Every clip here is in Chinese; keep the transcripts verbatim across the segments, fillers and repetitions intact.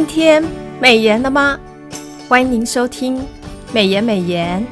今天美言了吗？欢迎收听美言美言。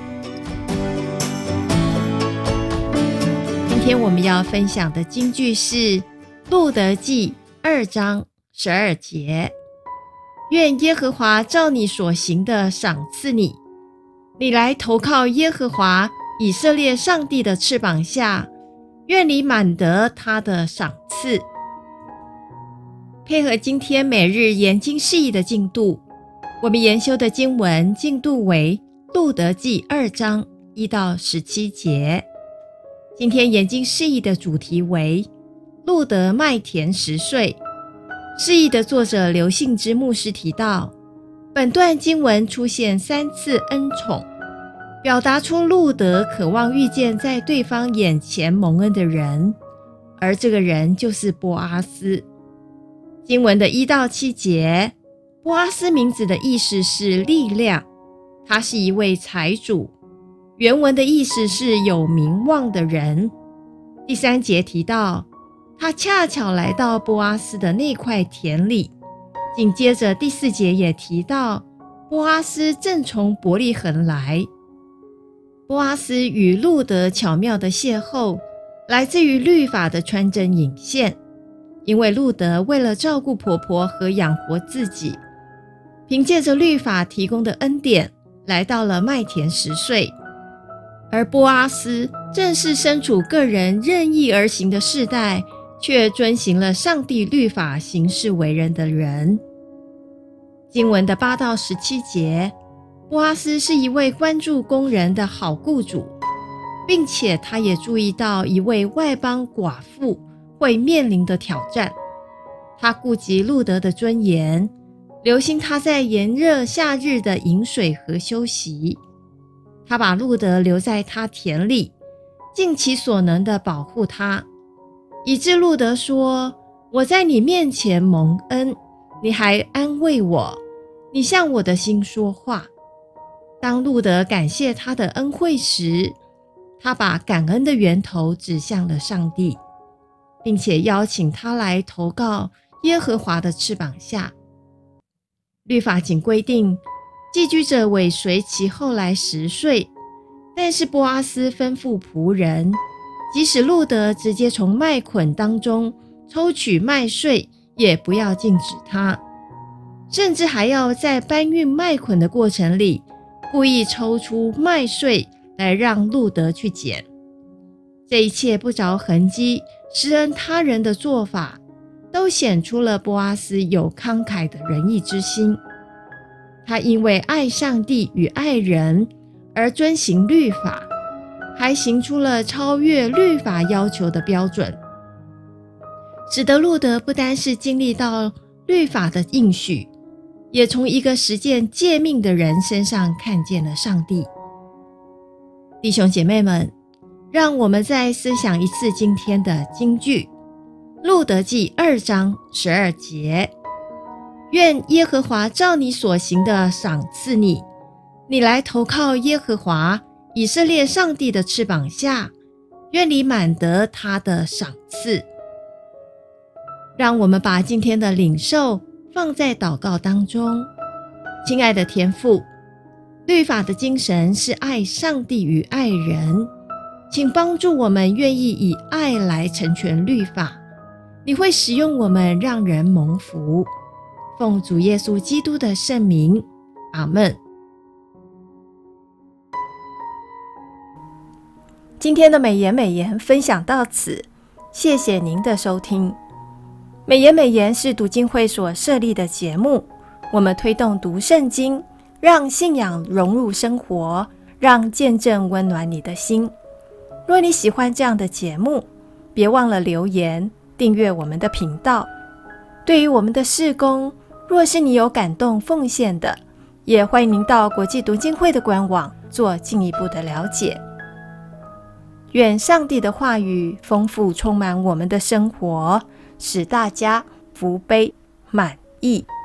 今天我们要分享的金句是路得记二章十二节，愿耶和华照你所行的赏赐你，你来投靠耶和华以色列上帝的翅膀下，愿你满得他的赏赐。配合今天每日研经释义的进度，我们研修的经文进度为路得记二章一到十七节。今天研经释义的主题为路得麦田十岁。释义的作者刘信之牧师提到，本段经文出现三次恩宠，表达出路得渴望遇见在对方眼前蒙恩的人，而这个人就是波阿斯。经文的一到七节，波阿斯名字的意思是力量，他是一位财主，原文的意思是有名望的人。第三节提到，他恰巧来到波阿斯的那块田里。紧接着第四节也提到，波阿斯正从伯利恒来。波阿斯与路得巧妙的邂逅，来自于律法的穿针引线。因为路得为了照顾婆婆和养活自己，凭借着律法提供的恩典，来到了麦田十岁。而波阿斯正是身处个人任意而行的世代，却遵行了上帝律法行事为人的人。经文的八到十七节，波阿斯是一位关注工人的好雇主，并且他也注意到一位外邦寡妇会面临的挑战。他顾及路得的尊严，留心他在炎热夏日的饮水和休息。他把路得留在他田里，尽其所能地保护他，以致路得说，我在你面前蒙恩，你还安慰我，你向我的心说话。当路得感谢他的恩惠时，他把感恩的源头指向了上帝，并且邀请他来投靠耶和华的翅膀下。律法仅规定寄居者尾随其后来十岁，但是波阿斯吩咐仆人，即使路得直接从麦捆当中抽取麦穗，也不要禁止他，甚至还要在搬运麦捆的过程里故意抽出麦穗来让路得去捡。这一切不着痕迹施恩他人的做法，都显出了波阿斯有慷慨的仁义之心。他因为爱上帝与爱人而遵行律法，还行出了超越律法要求的标准，使得路得不单是经历到律法的应许，也从一个实践诫命的人身上看见了上帝。弟兄姐妹们，让我们再思想一次今天的金句，路得记二章十二节，愿耶和华照你所行的赏赐你，你来投靠耶和华以色列上帝的翅膀下，愿你满得他的赏赐。让我们把今天的领受放在祷告当中。亲爱的天父，律法的精神是爱上帝与爱人，请帮助我们愿意以爱来成全律法，你会使用我们让人蒙福。奉主耶稣基督的圣名，阿们。今天的美言美言分享到此，谢谢您的收听。美言美言是读经会所设立的节目，我们推动读圣经，让信仰融入生活，让见证温暖你的心。若你喜欢这样的节目，别忘了留言订阅我们的频道。对于我们的事工，若是你有感动奉献的，也欢迎您到国际读经会的官网做进一步的了解。愿上帝的话语丰富充满我们的生活，使大家福杯满溢。